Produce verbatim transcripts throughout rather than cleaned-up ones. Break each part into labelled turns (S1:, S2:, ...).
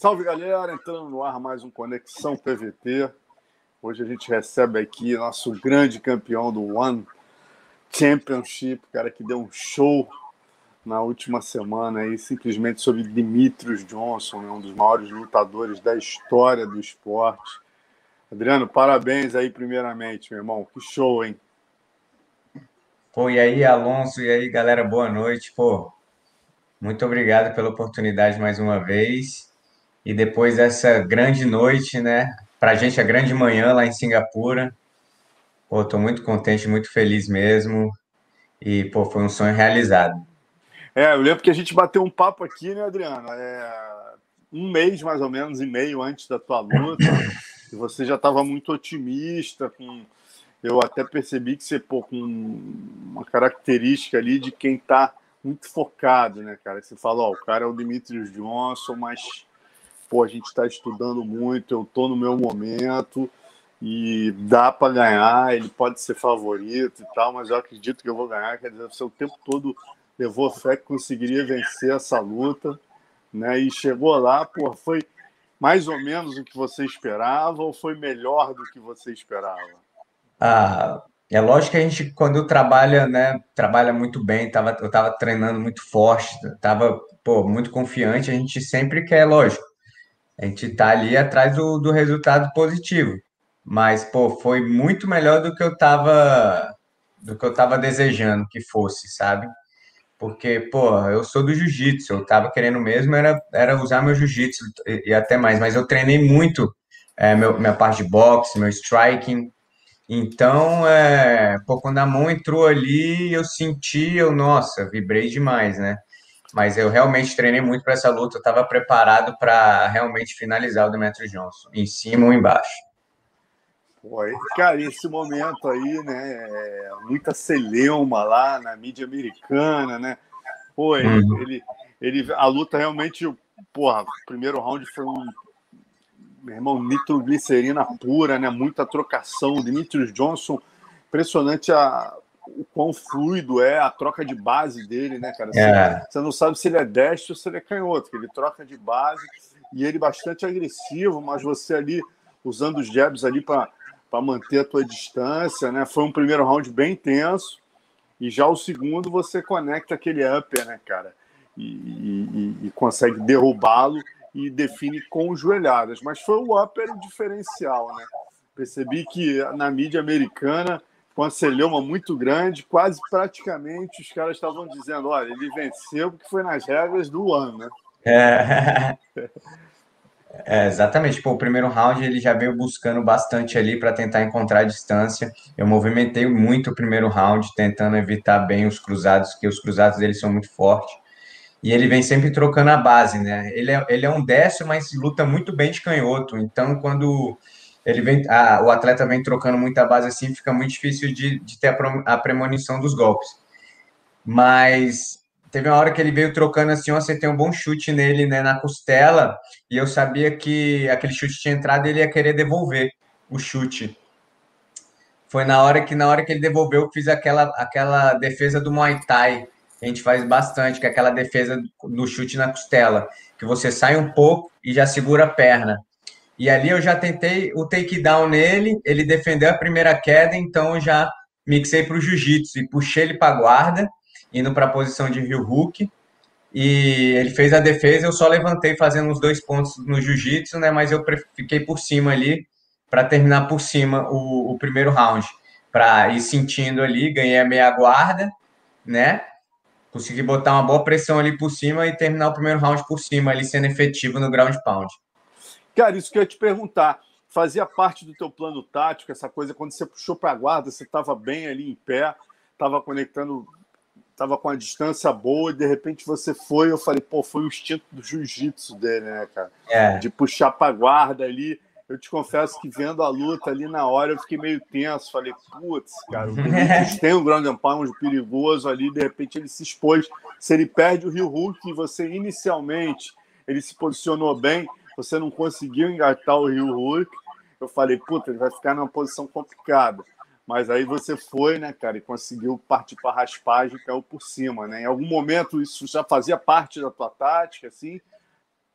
S1: Salve, galera! Entrando no ar mais um Conexão P V T. Hoje a gente recebe aqui nosso grande campeão do One Championship, cara que deu um show na última semana aí, simplesmente sobre Demetrious Johnson, né, um dos maiores lutadores da história do esporte. Adriano, parabéns aí primeiramente, meu irmão. Que show, hein?
S2: Pô, e aí, Alonso, e aí, galera, boa noite. Pô, muito obrigado pela oportunidade mais uma vez. E depois dessa grande noite, né? Pra gente, a grande manhã lá em Singapura. Pô, tô muito contente, muito feliz mesmo. E, pô, foi um sonho realizado.
S1: É, eu lembro que a gente bateu um papo aqui, né, Adriano? É, um mês mais ou menos e meio antes da tua luta, e você já estava muito otimista. Com... Eu até percebi que você, pô, com uma característica ali de quem está muito focado, né, cara? Você fala, ó, o cara é o Demetrious Johnson, mas, pô, a gente está estudando muito, eu tô no meu momento e dá para ganhar, ele pode ser favorito e tal, mas eu acredito que eu vou ganhar. Quer dizer, você o tempo todo levou fé que conseguiria vencer essa luta, né? E chegou lá, pô, foi mais ou menos o que você esperava ou foi melhor do que você esperava?
S2: Ah, é lógico que a gente, quando trabalha, né, trabalha muito bem, tava, eu tava treinando muito forte, tava, pô, muito confiante, a gente sempre quer, lógico. A gente tá ali atrás do, do resultado positivo. Mas, pô, foi muito melhor do que eu tava, do que eu tava desejando que fosse, sabe? Porque, pô, eu sou do jiu-jitsu, eu tava querendo mesmo era, era usar meu jiu-jitsu e, e até mais, mas eu treinei muito é, meu, minha parte de boxe, meu striking. Então, é, pô, quando a mão entrou ali, eu senti, eu, nossa, vibrei demais, né? Mas eu realmente treinei muito para essa luta. Eu estava preparado para realmente finalizar o Demetrius Johnson, em cima ou embaixo.
S1: Pô, e, cara, esse momento aí, né? É, muita celeuma lá na mídia americana, né? Pô, ele,
S2: Uhum.
S1: ele, ele, a luta realmente, porra, o primeiro round foi um, meu irmão, nitroglicerina pura, né? Muita trocação. O Demetrious Johnson, impressionante a, o quão fluido é a troca de base dele, né, cara? Você,
S2: É,
S1: você não sabe se ele é destro ou se ele é canhoto, que ele troca de base e ele bastante agressivo, mas você ali usando os jabs ali para manter a tua distância, né? Foi um primeiro round bem tenso e já o segundo você conecta aquele upper, né, cara? E, e, e consegue derrubá-lo e define com joelhadas. Mas foi o upper o diferencial, né? Percebi que na mídia americana, com a celeuma muito grande, quase praticamente os caras estavam dizendo: olha, ele venceu porque foi nas regras do ano, né?
S2: é, é, exatamente. Pô, o primeiro round ele já veio buscando bastante ali para tentar encontrar a distância. Eu movimentei muito o primeiro round, tentando evitar bem os cruzados, que os cruzados dele são muito fortes. E ele vem sempre trocando a base, né? Ele é, ele é um destro, mas luta muito bem de canhoto. Então, quando ele vem, a, o atleta vem trocando muita base assim, fica muito difícil de, de ter a, pro- a premonição dos golpes. Mas teve uma hora que ele veio trocando assim, eu acertei um bom chute nele, né, na costela, e eu sabia que aquele chute tinha entrado e ele ia querer devolver o chute. Foi na hora que na hora que ele devolveu, eu fiz aquela aquela defesa do Muay Thai, que a gente faz bastante, que é aquela defesa do chute na costela, que você sai um pouco e já segura a perna. E ali eu já tentei o takedown nele, ele defendeu a primeira queda, então eu já mixei para o jiu-jitsu e puxei ele para a guarda, indo para a posição de heel hook. E ele fez a defesa, eu só levantei fazendo os dois pontos no jiu-jitsu, né? Mas eu fiquei por cima ali para terminar por cima o, o primeiro round, para ir sentindo ali, ganhei a meia guarda, né? Consegui botar uma boa pressão ali por cima e terminar o primeiro round por cima, ali sendo efetivo no ground pound.
S1: Cara, isso que eu ia te perguntar. Fazia parte do teu plano tático, essa coisa, quando você puxou para a guarda, você estava bem ali em pé, estava conectando, estava com a distância boa, e de repente você foi, eu falei, pô, foi o instinto do jiu-jitsu dele, né, cara?
S2: É,
S1: De puxar para a guarda ali. Eu te confesso que vendo a luta ali na hora, eu fiquei meio tenso. Falei, putz, cara, o Demetrious tem um ground and pound perigoso ali, de repente ele se expôs. Se ele perde o Rio Hulk e você inicialmente ele se posicionou bem, você não conseguiu engatar o Rio Hulk, eu falei, puta, ele vai ficar numa posição complicada. Mas aí você foi, né, cara, e conseguiu partir para a raspagem e caiu por cima, né? Em algum momento isso já fazia parte da tua tática, assim?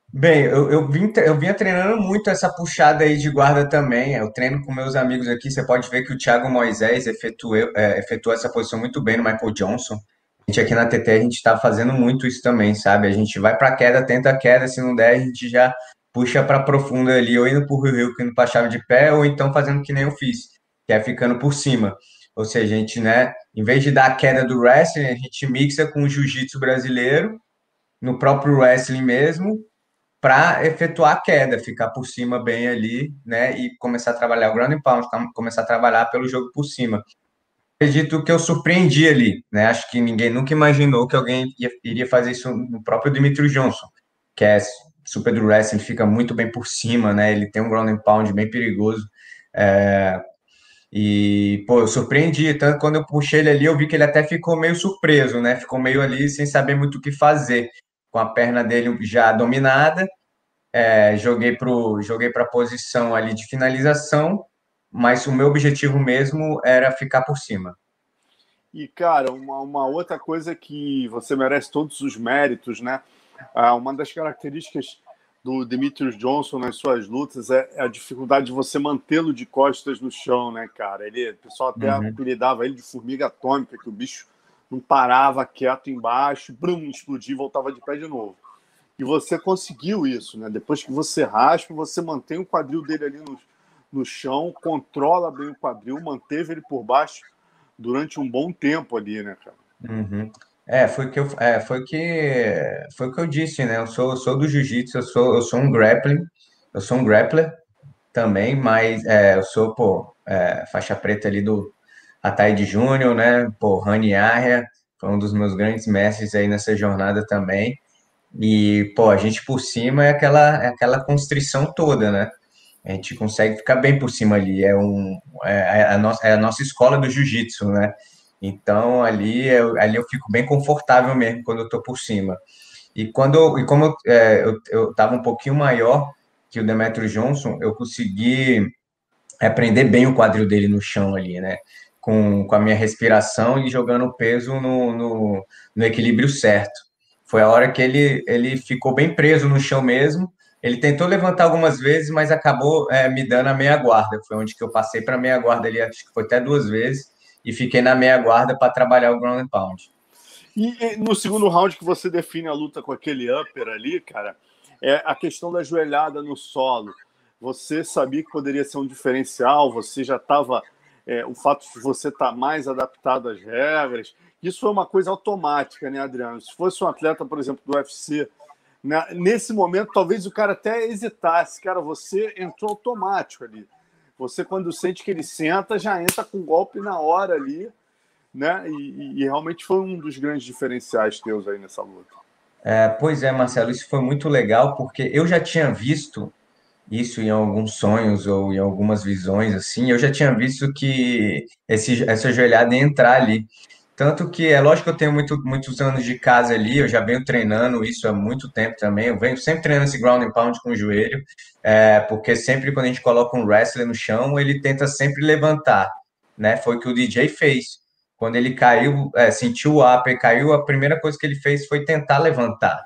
S2: Bem, eu, eu, vim, tre- eu vinha treinando muito essa puxada aí de guarda também. Eu treino com meus amigos aqui. Você pode ver que o Thiago Moisés efetuou, é, efetuou essa posição muito bem no Michael Johnson. A gente aqui na T T, a gente está fazendo muito isso também, sabe? A gente vai para queda, tenta a queda, se não der, a gente já puxa para profunda ali, ou indo para o Rio, indo para chave de pé, ou então fazendo que nem eu fiz, que é ficando por cima. Ou seja, a gente, né, em vez de dar a queda do wrestling, a gente mixa com o jiu-jitsu brasileiro, no próprio wrestling mesmo, para efetuar a queda, ficar por cima bem ali, né, e começar a trabalhar o ground and pound, começar a trabalhar pelo jogo por cima. Acredito que eu surpreendi ali, né? Acho que ninguém nunca imaginou que alguém ia- iria fazer isso no próprio Dimitri Johnson, que é super do wrestling, ele fica muito bem por cima, né? Ele tem um ground and pound bem perigoso. É, e, pô, eu surpreendi, tanto que quando eu puxei ele ali, eu vi que ele até ficou meio surpreso, né? Ficou meio ali sem saber muito o que fazer, com a perna dele já dominada. É, joguei pro, joguei para a posição ali de finalização, mas o meu objetivo mesmo era ficar por cima.
S1: E, cara, uma, uma outra coisa que você merece todos os méritos, né? Ah, uma das características do Demetrius Johnson nas suas lutas é a dificuldade de você mantê-lo de costas no chão, né, cara? Ele, o pessoal até
S2: Uhum.
S1: apelidava ele de formiga atômica, que o bicho não parava quieto embaixo, brum, explodia e voltava de pé de novo. E você conseguiu isso, né? Depois que você raspa, você mantém o quadril dele ali no, no chão, controla bem o quadril, manteve ele por baixo durante um bom tempo ali, né, cara?
S2: Uhum. É, foi o que eu, é, foi o que, foi o que eu disse, né? Eu sou, eu sou do jiu-jitsu, eu sou, eu sou um grappling, eu sou um grappler também, mas é, eu sou, pô, é, faixa preta ali do Ataíde Júnior, né? Pô, Rani Yahya, foi um dos meus grandes mestres aí nessa jornada também. E, pô, a gente por cima é aquela, é aquela constrição toda, né? A gente consegue ficar bem por cima ali. É, um, é, é a, nossa, é a nossa escola do jiu-jitsu, né? Então, ali eu, ali eu fico bem confortável mesmo quando eu tô por cima. E quando eu- e como eu, é, eu, eu tava um pouquinho maior que o Demetrio Johnson, eu consegui aprender bem o quadril dele no chão ali, né? Com, com a minha respiração e jogando o peso no, no, no equilíbrio certo. Foi a hora que ele, ele ficou bem preso no chão mesmo. Ele tentou levantar algumas vezes, mas acabou é, me dando a meia guarda. Foi onde que eu passei para a meia guarda ali, acho que foi até duas vezes, e fiquei na meia guarda para trabalhar o ground and pound.
S1: E, e no segundo round que você define a luta com aquele upper ali, cara, é a questão da joelhada no solo. Você sabia que poderia ser um diferencial, você já estava. É, o fato de você estar tá mais adaptado às regras, isso foi uma coisa automática, né, Adriano? Se fosse um atleta, por exemplo, do U F C, né, nesse momento, talvez o cara até hesitasse. Cara, você entrou automático ali. Você, quando sente que ele senta, já entra com golpe na hora ali, né? E, e realmente foi um dos grandes diferenciais teus aí nessa luta.
S2: É, pois é, Marcelo, isso foi muito legal, porque eu já tinha visto isso em alguns sonhos ou em algumas visões, assim, eu já tinha visto que esse, essa joelhada ia entrar ali. Tanto que é lógico que eu tenho muito, muitos anos de casa ali, eu já venho treinando isso há muito tempo também. Eu venho sempre treinando esse ground and pound com o joelho, é, porque sempre quando a gente coloca um wrestler no chão, ele tenta sempre levantar, né? Foi o que o D J fez. Quando ele caiu, é, sentiu o upper e caiu, a primeira coisa que ele fez foi tentar levantar,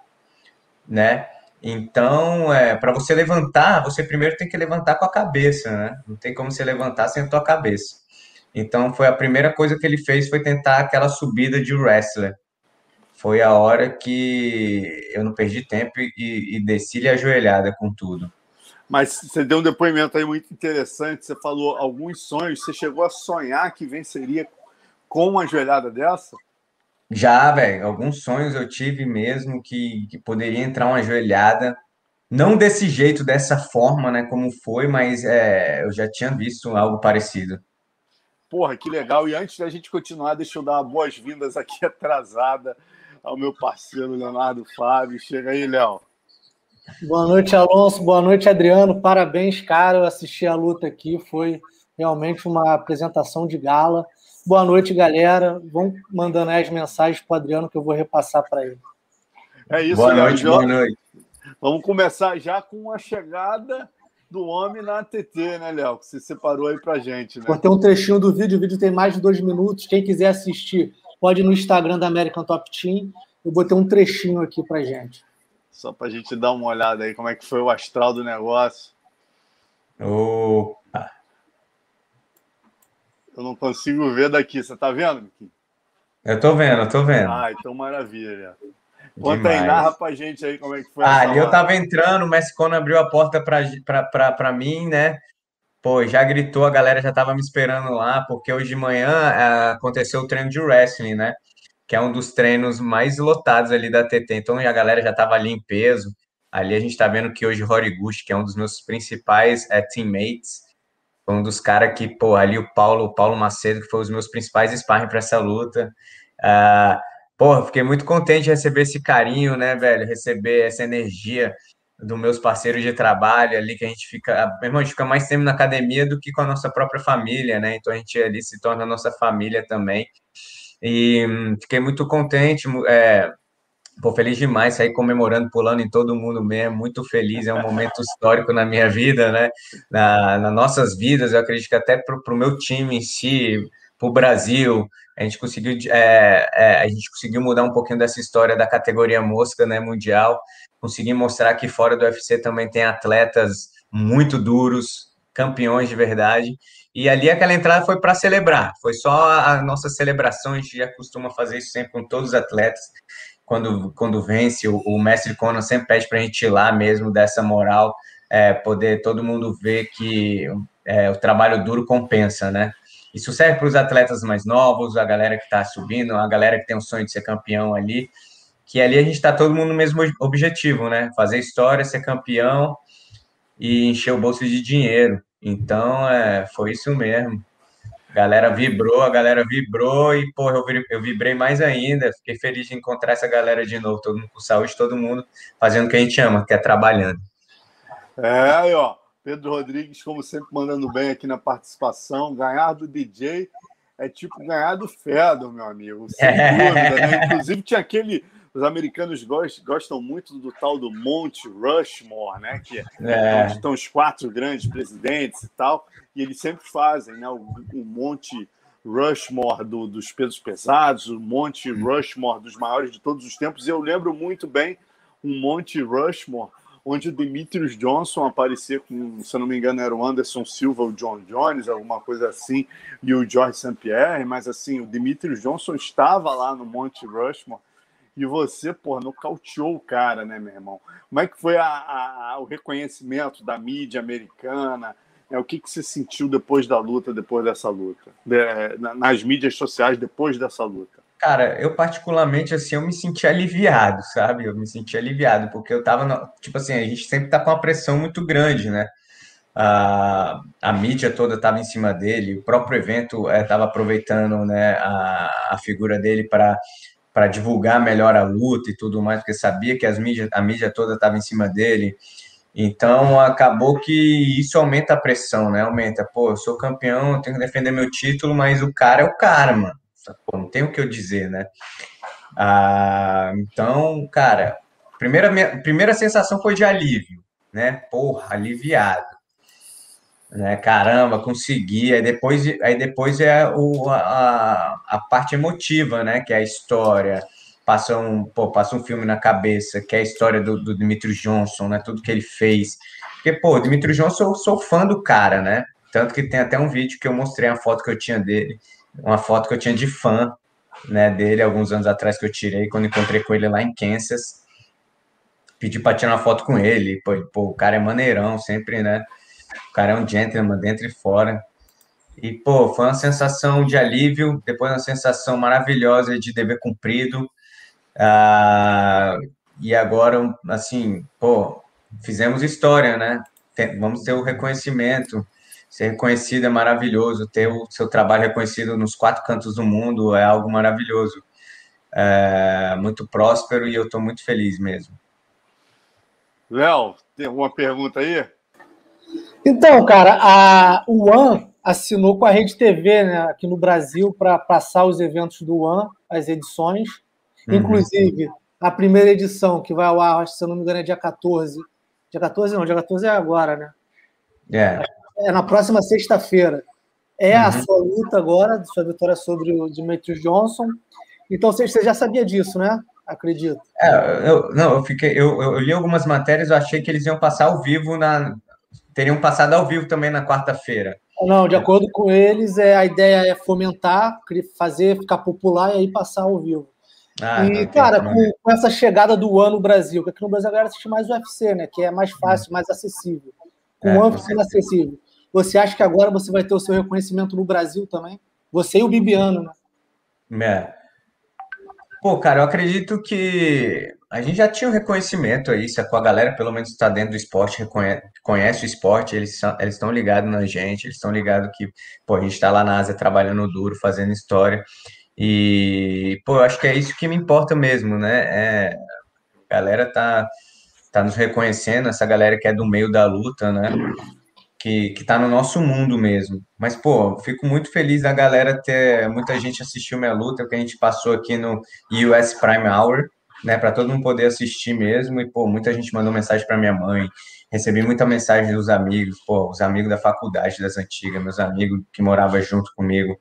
S2: né? Então, é, para você levantar, você primeiro tem que levantar com a cabeça, né? Não tem como você levantar sem a tua cabeça. Então, foi a primeira coisa que ele fez, foi tentar aquela subida de wrestler. Foi a hora que eu não perdi tempo e, e desci-lhe ajoelhada com tudo.
S1: Mas você deu um depoimento aí muito interessante. Você falou alguns sonhos. Você chegou a sonhar que venceria com uma joelhada dessa?
S2: Já, velho, alguns sonhos eu tive mesmo que, que poderia entrar uma ajoelhada. Não desse jeito, dessa forma, né, como foi, mas é, eu já tinha visto algo parecido.
S1: Porra, que legal. E antes da gente continuar, deixa eu dar boas-vindas aqui atrasada ao meu parceiro Leonardo Fábio. Chega aí, Léo.
S3: Boa noite, Alonso. Boa noite, Adriano. Parabéns, cara. Eu assisti a luta aqui. Foi realmente uma apresentação de gala. Boa noite, galera. Vão mandando aí as mensagens para o Adriano que eu vou repassar para ele.
S1: É isso,
S2: Boa
S1: Léo.
S2: noite, boa noite.
S1: Vamos começar já com a chegada do homem na T T, né, Léo? Que você separou aí pra gente, né?
S3: Botei um trechinho do vídeo. O vídeo tem mais de dois minutos. Quem quiser assistir, pode ir no Instagram da American Top Team. Eu botei um trechinho aqui pra gente.
S1: Só para a gente dar uma olhada aí como é que foi o astral do negócio.
S2: Opa!
S1: Eu não consigo ver daqui. Você tá vendo, Miquinho?
S2: Eu tô vendo, eu tô vendo.
S1: Ah, então maravilha. Conta aí,
S2: Demais.
S1: narra pra gente aí como é que foi
S2: Ah,
S1: essa
S2: ali eu
S1: hora.
S2: tava entrando, o Messicone abriu a porta pra, pra, pra, pra mim, né? Pô, já gritou, a galera já tava me esperando lá, porque hoje de manhã ah, aconteceu o treino de wrestling, né? Que é um dos treinos mais lotados ali da T T. Então a galera já tava ali em peso. Ali a gente tá vendo que hoje o Horiguchi, que é um dos meus principais é, teammates, foi um dos caras que, pô, ali o Paulo, o Paulo Macedo, que foi os meus principais sparring para essa luta. Ah, pô, fiquei muito contente de receber esse carinho, né, velho? Receber essa energia dos meus parceiros de trabalho ali, que a gente fica, meu irmão, a gente fica mais tempo na academia do que com a nossa própria família, né? Então a gente ali se torna a nossa família também. E hum, fiquei muito contente, é, pô, feliz demais, sair comemorando, pulando em todo mundo mesmo, muito feliz, é um momento histórico na minha vida, né? Na, nas nossas vidas, eu acredito que até para o meu time em si, para o Brasil, a gente conseguiu, é, é, a gente conseguiu mudar um pouquinho dessa história da categoria mosca, né, mundial, conseguir mostrar que fora do U F C também tem atletas muito duros, campeões de verdade, e ali aquela entrada foi para celebrar, foi só a, a nossa celebração, a gente já costuma fazer isso sempre com todos os atletas, quando, quando vence, o, o mestre Conan sempre pede para a gente ir lá mesmo, dessa moral, é, poder todo mundo ver que é, o trabalho duro compensa, né? Isso serve para os atletas mais novos, a galera que está subindo, a galera que tem o sonho de ser campeão ali, que ali a gente está todo mundo no mesmo objetivo, né? Fazer história, ser campeão e encher o bolso de dinheiro. Então, é, foi isso mesmo. A galera vibrou, a galera vibrou e, porra, eu, eu vibrei mais ainda. Fiquei feliz de encontrar essa galera de novo, todo mundo com saúde, todo mundo fazendo o que a gente ama, que é trabalhando.
S1: É, aí, ó, Pedro Rodrigues, como sempre, mandando bem aqui na participação. Ganhar do D J é tipo ganhar do Fedor, meu amigo, sem dúvida, né? Inclusive tinha aquele... Os americanos gostam, gostam muito do tal do Monte Rushmore, né? Que é,
S2: É.
S1: onde estão os quatro grandes presidentes e tal. E eles sempre fazem, né? O, o Monte Rushmore do, dos pesos pesados, o Monte Rushmore dos maiores de todos os tempos. E eu lembro muito bem um Monte Rushmore onde o Demetrius Johnson aparecia com, se eu não me engano, era o Anderson Silva, o John Jones, alguma coisa assim, e o George Saint Pierre, mas assim, o Demetrius Johnson estava lá no Monte Rushmore. E você, pô, nocauteou o cara, né, meu irmão? Como é que foi a, a, o reconhecimento da mídia americana? É, o que, que você sentiu depois da luta, depois dessa luta? De, nas mídias sociais, depois dessa luta?
S2: Cara, eu particularmente, assim, eu me senti aliviado, sabe? Eu me senti aliviado, porque eu tava, no... tipo assim, a gente sempre tá com uma pressão muito grande, né? A, a mídia toda estava em cima dele, o próprio evento estava é, aproveitando, né, a, a figura dele para para divulgar melhor a luta e tudo mais, porque sabia que as mídia, a mídia toda estava em cima dele. Então, acabou que isso aumenta a pressão, né? Aumenta, pô, eu sou campeão, eu tenho que defender meu título, mas o cara é o cara, mano. Pô, não tem o que eu dizer, né? Ah, então, cara, primeira, primeira sensação foi de alívio, né? Porra, aliviado. Né? Caramba, consegui. Aí depois, aí depois é o, a, a parte emotiva, né? Que é a história. Passa um, pô, passa um filme na cabeça, que é a história do, do Demetrius Johnson, né? Tudo que ele fez. Porque, pô, o Demetrius Johnson, eu sou fã do cara, né? Tanto que tem até um vídeo que eu mostrei a foto que eu tinha dele, uma foto que eu tinha de fã, né, dele, alguns anos atrás que eu tirei, quando encontrei com ele lá em Kansas. Pedi para tirar uma foto com ele. Pô, pô, o cara é maneirão, sempre, né? O cara é um gentleman dentro e fora. E, pô, foi uma sensação de alívio, depois uma sensação maravilhosa de dever cumprido. Ah, e agora, assim, pô, fizemos história, né? Tem, vamos ter o reconhecimento. Ser reconhecido é maravilhoso. Ter o seu trabalho reconhecido nos quatro cantos do mundo é algo maravilhoso. É muito próspero e eu estou muito feliz mesmo.
S1: Léo, tem alguma pergunta aí?
S3: Então, cara, a One assinou com a Rede T V, né, aqui no Brasil, para passar os eventos do One, as edições. Uhum. Inclusive, a primeira edição, que vai ao ar, se eu não me engano, é dia quatorze. Dia quatorze não, dia quatorze é agora, né?
S2: É.
S3: É na próxima sexta-feira. É uhum. a sua luta agora, sua vitória sobre o Demetrius Johnson. Então, você já sabia disso, né? acredito.
S2: É, eu, não, eu fiquei, eu, eu li algumas matérias, eu achei que eles iam passar ao vivo na, teriam passado ao vivo também na quarta-feira.
S3: Não, de acordo com eles, é, a ideia é fomentar, fazer ficar popular e aí passar ao vivo.
S2: Ah,
S3: e,
S2: não,
S3: cara,
S2: entendi.
S3: com, com essa chegada do One no Brasil, que aqui no Brasil a galera assiste mais o U F C, né? Que é mais fácil, mais acessível. Com
S2: É,
S3: o
S2: com
S3: One ficando acessível. Você acha que agora você vai ter o seu reconhecimento no Brasil também? Você e o Bibiano, né?
S2: É. Pô, cara, eu acredito que a gente já tinha um reconhecimento aí, se a galera pelo menos está dentro do esporte, reconhece, conhece o esporte, eles são, eles estão ligados na gente, eles estão ligados que, pô, a gente está lá na Ásia trabalhando duro, fazendo história. E, pô, eu acho que é isso que me importa mesmo, né? É, a galera tá, tá nos reconhecendo, essa galera que é do meio da luta, né? Que, que tá no nosso mundo mesmo. Mas, pô, fico muito feliz da galera ter. Muita gente assistiu minha luta, que a gente passou aqui no U S Prime Hour, né? Para todo mundo poder assistir mesmo. E, pô, muita gente mandou mensagem para minha mãe. Recebi muita mensagem dos amigos, pô, os amigos da faculdade das antigas, meus amigos que moravam junto comigo.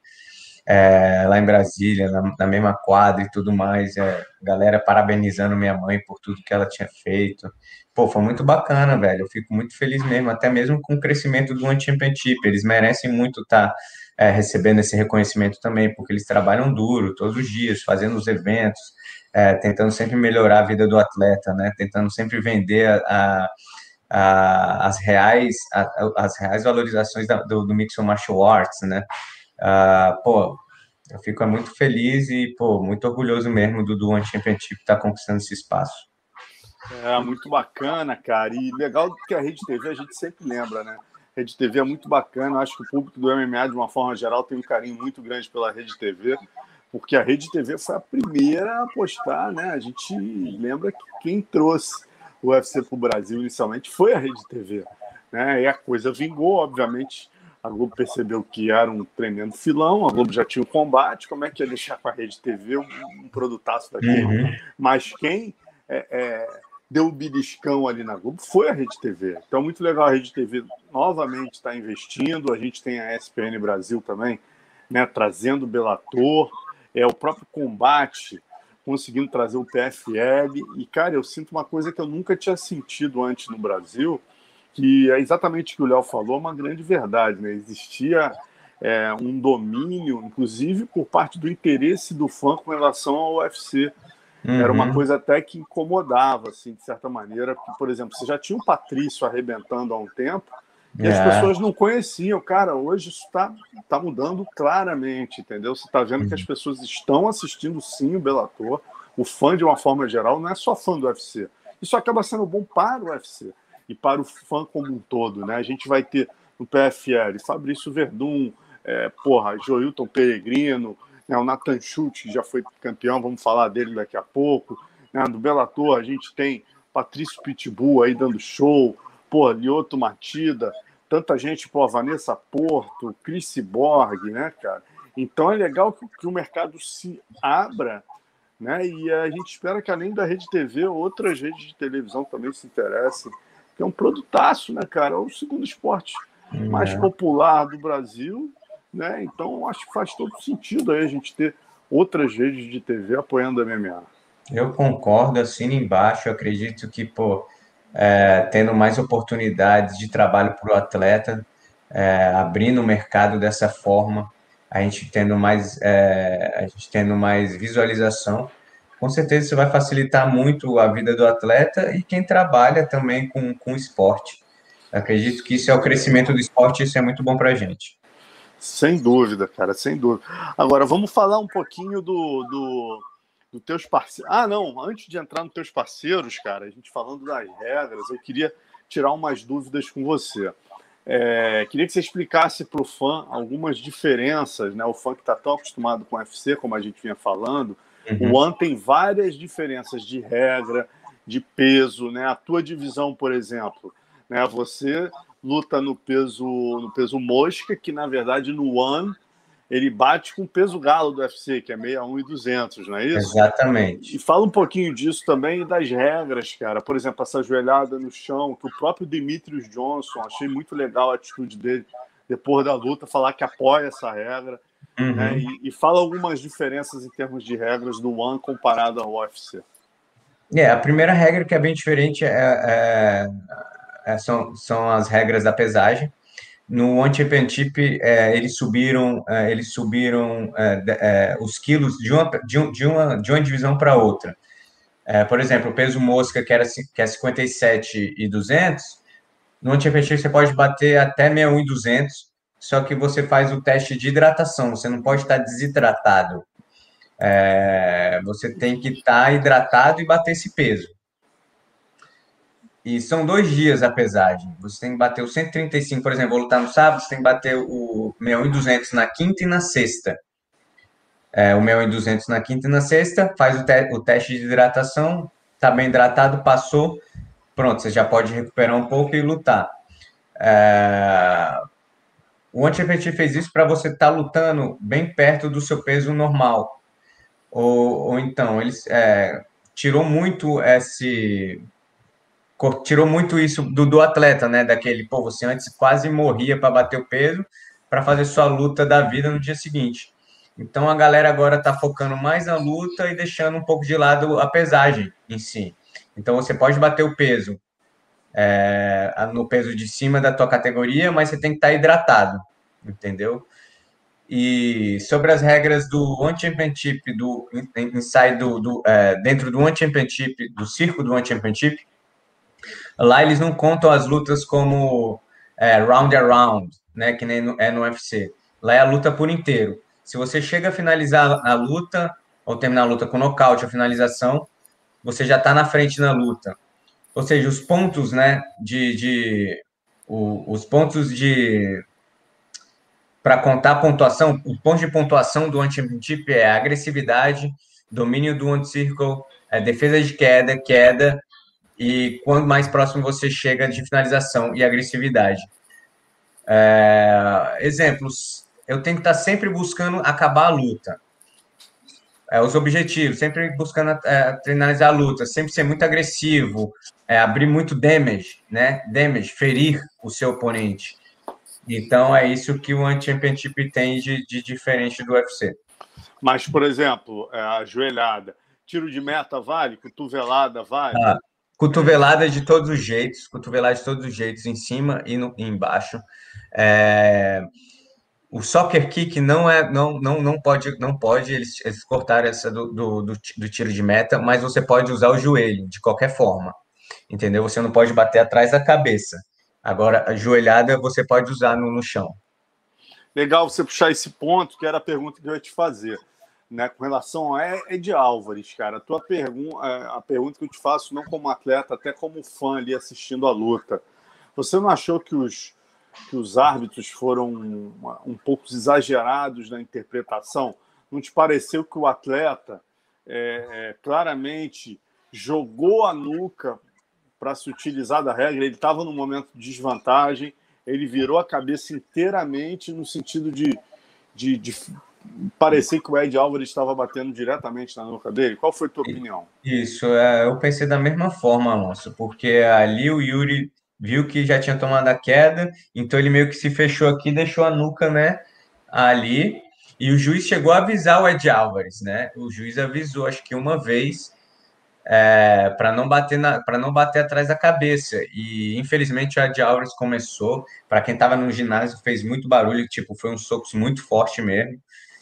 S2: É, lá em Brasília, na, na mesma quadra e tudo mais, é, galera parabenizando minha mãe por tudo que ela tinha feito. Pô, foi muito bacana, velho. Eu fico muito feliz mesmo, até mesmo com o crescimento do One Championship. Eles merecem muito estar é, recebendo esse reconhecimento também, porque eles trabalham duro todos os dias, fazendo os eventos, é, tentando sempre melhorar a vida do atleta, né? Tentando sempre vender a, a, as reais a, as reais valorizações da, do, do Mixed Martial Arts, né? Ah, pô, eu fico muito feliz e, pô, muito orgulhoso mesmo do, do One Championship estar conquistando esse espaço.
S1: É, muito bacana, cara. E legal que a Rede T V a gente sempre lembra, né? A Rede T V é muito bacana. Eu acho que o público do M M A, de uma forma geral, tem um carinho muito grande pela Rede T V, porque a Rede T V foi a primeira a apostar, né? A gente lembra que quem trouxe o U F C para o Brasil inicialmente foi a Rede T V, né? E a coisa vingou, obviamente. A Globo percebeu que era um tremendo filão, a Globo já tinha o combate, como é que ia deixar com a Rede T V um, um produtaço daquele? Uhum. Mas quem é, é, deu o beliscão ali na Globo foi a Rede T V. Então, muito legal a Rede T V novamente está investindo, a gente tem a E S P N Brasil também, né, trazendo o Bellator, é, o próprio combate, conseguindo trazer o P F L, e, cara, eu sinto uma coisa que eu nunca tinha sentido antes no Brasil, que é exatamente o que o Léo falou, uma grande verdade, né? Existia é, um domínio, inclusive por parte do interesse do fã com relação ao U F C. Uhum. Era uma coisa até que incomodava, assim, de certa maneira, porque, por exemplo, você já tinha um Patrício arrebentando há um tempo e é. as pessoas não conheciam. Cara, hoje isso está tá mudando claramente, entendeu? Você está vendo uhum. que as pessoas estão assistindo sim o Bellator. O fã, de uma forma geral, não é só fã do U F C. Isso acaba sendo bom para o U F C e para o fã como um todo, né? A gente vai ter no P F L Fabrício Verdun, é, porra, Joilton Peregrino, né, o Nathan Schultz, que já foi campeão, vamos falar dele daqui a pouco. Né, do Bellator, a gente tem Patrício Pitbull aí dando show, porra, Lyoto Matida, tanta gente, pô, Vanessa Porto, Chris Borg, né, cara? Então é legal que, que o mercado se abra, né? E a gente espera que, além da Rede T V, outras redes de televisão também se interessem. Que é um produtaço, né, cara? É o segundo esporte mais popular do Brasil, né? Então acho que faz todo sentido aí a gente ter outras redes de T V apoiando a M M A.
S2: Eu concordo, assino embaixo. Eu acredito que, pô, é, tendo mais oportunidades de trabalho para o atleta, é, abrindo o mercado dessa forma, a gente tendo mais, é, a gente tendo mais visualização, com certeza isso vai facilitar muito a vida do atleta e quem trabalha também com, com esporte. Acredito que isso é o crescimento do esporte e isso é muito bom para a gente.
S1: Sem dúvida, cara, sem dúvida. Agora, vamos falar um pouquinho do, do, do teus parceiros. Ah, não, antes de entrar nos teus parceiros, cara, a gente falando das regras, eu queria tirar umas dúvidas com você. É, queria que você explicasse para o fã algumas diferenças, né? O fã que está tão acostumado com o U F C, como a gente vinha falando, uhum. O One tem várias diferenças de regra, de peso, né? A tua divisão, por exemplo, né? Você luta no peso, no peso mosca, que na verdade no One ele bate com o peso galo do U F C, que é sessenta e um e duzentos, não é isso?
S2: Exatamente.
S1: E fala um pouquinho disso também e das regras, cara. Por exemplo, essa joelhada no chão, que o próprio Demetrius Johnson, achei muito legal a atitude dele depois da luta, falar que apoia essa regra. Uhum. Né? E, e fala algumas diferenças em termos de regras do One comparado ao U F C.
S2: É, a primeira regra que é bem diferente é, é, é, são, são as regras da pesagem. No One Championship, é, eles subiram, é, eles subiram é, de- é, os quilos de uma, de, um- de uma, de uma divisão para outra. É, por exemplo, o peso mosca, que, era, ci- que é cinquenta e sete e duzentos, no One Championship você pode bater até sessenta e um e duzentos, só que você faz o teste de hidratação, você não pode estar desidratado. É, você tem que estar hidratado e bater esse peso. E são dois dias a pesagem. Você tem que bater o cento e trinta e cinco, por exemplo, vou lutar no sábado, você tem que bater o sessenta e um e duzentos na quinta e na sexta. É, o sessenta e um e duzentos na quinta e na sexta, faz o, te o teste de hidratação, tá bem hidratado, passou, pronto, você já pode recuperar um pouco e lutar. É, o anti-F fez isso para você estar tá lutando bem perto do seu peso normal. Ou, ou então, ele é, tirou muito esse tirou muito isso do, do atleta, né? Daquele, pô, você antes quase morria para bater o peso para fazer sua luta da vida no dia seguinte. Então a galera agora está focando mais na luta e deixando um pouco de lado a pesagem em si. Então você pode bater o peso é, no peso de cima da tua categoria, mas você tem que estar tá hidratado, entendeu? E sobre as regras do One Championship, do inside do, do é, dentro do One Championship, do circo do One Championship, lá eles não contam as lutas como é, round a round, né? Que nem no, é no U F C. Lá é a luta por inteiro. Se você chega a finalizar a luta, ou terminar a luta com nocaute ou finalização, você já está na frente na luta. Ou seja, os pontos, né? De, de o, os pontos de para contar a pontuação, o ponto de pontuação do anti-championship é agressividade, domínio do one-circle, é, defesa de queda, queda, e quanto mais próximo você chega de finalização e agressividade. É, exemplos, eu tenho que estar sempre buscando acabar a luta. É, os objetivos, sempre buscando é, finalizar a luta, sempre ser muito agressivo, é, abrir muito damage, né? Damage, ferir o seu oponente. Então, é isso que o One Championship tem de, de diferente do U F C.
S1: Mas, por exemplo, a joelhada, tiro de meta vale? Cotovelada vale?
S2: Ah, cotovelada de todos os jeitos, cotovelada de todos os jeitos, em cima e, no, e embaixo. É, o soccer kick não é, não, não, não pode, não pode eles, eles cortaram essa do, do, do, do tiro de meta, mas você pode usar o joelho de qualquer forma, entendeu? Você não pode bater atrás da cabeça. Agora, a joelhada você pode usar no, no chão.
S1: Legal você puxar esse ponto, que era a pergunta que eu ia te fazer, né? Com relação a Ed Álvares, cara, a tua pergunta, a pergunta que eu te faço, não como atleta, até como fã ali assistindo a luta. Você não achou que os, que os árbitros foram um, um pouco exagerados na interpretação? Não te pareceu que o atleta é, é, claramente jogou a nuca para se utilizar da regra? Ele estava num momento de desvantagem, ele virou a cabeça inteiramente no sentido de, de, de parecer que o Ed Álvares estava batendo diretamente na nuca dele. Qual foi a tua opinião?
S2: Isso, é, eu pensei da mesma forma, Alonso, porque ali o Yuri viu que já tinha tomado a queda, então ele meio que se fechou aqui, deixou a nuca, né, ali, e o juiz chegou a avisar o Ed Álvares, né? O juiz avisou, acho que uma vez, é, para não bater para não bater atrás da cabeça. E infelizmente o Ed Álvares começou, para quem estava no ginásio, fez muito barulho, tipo, foi um soco muito forte mesmo.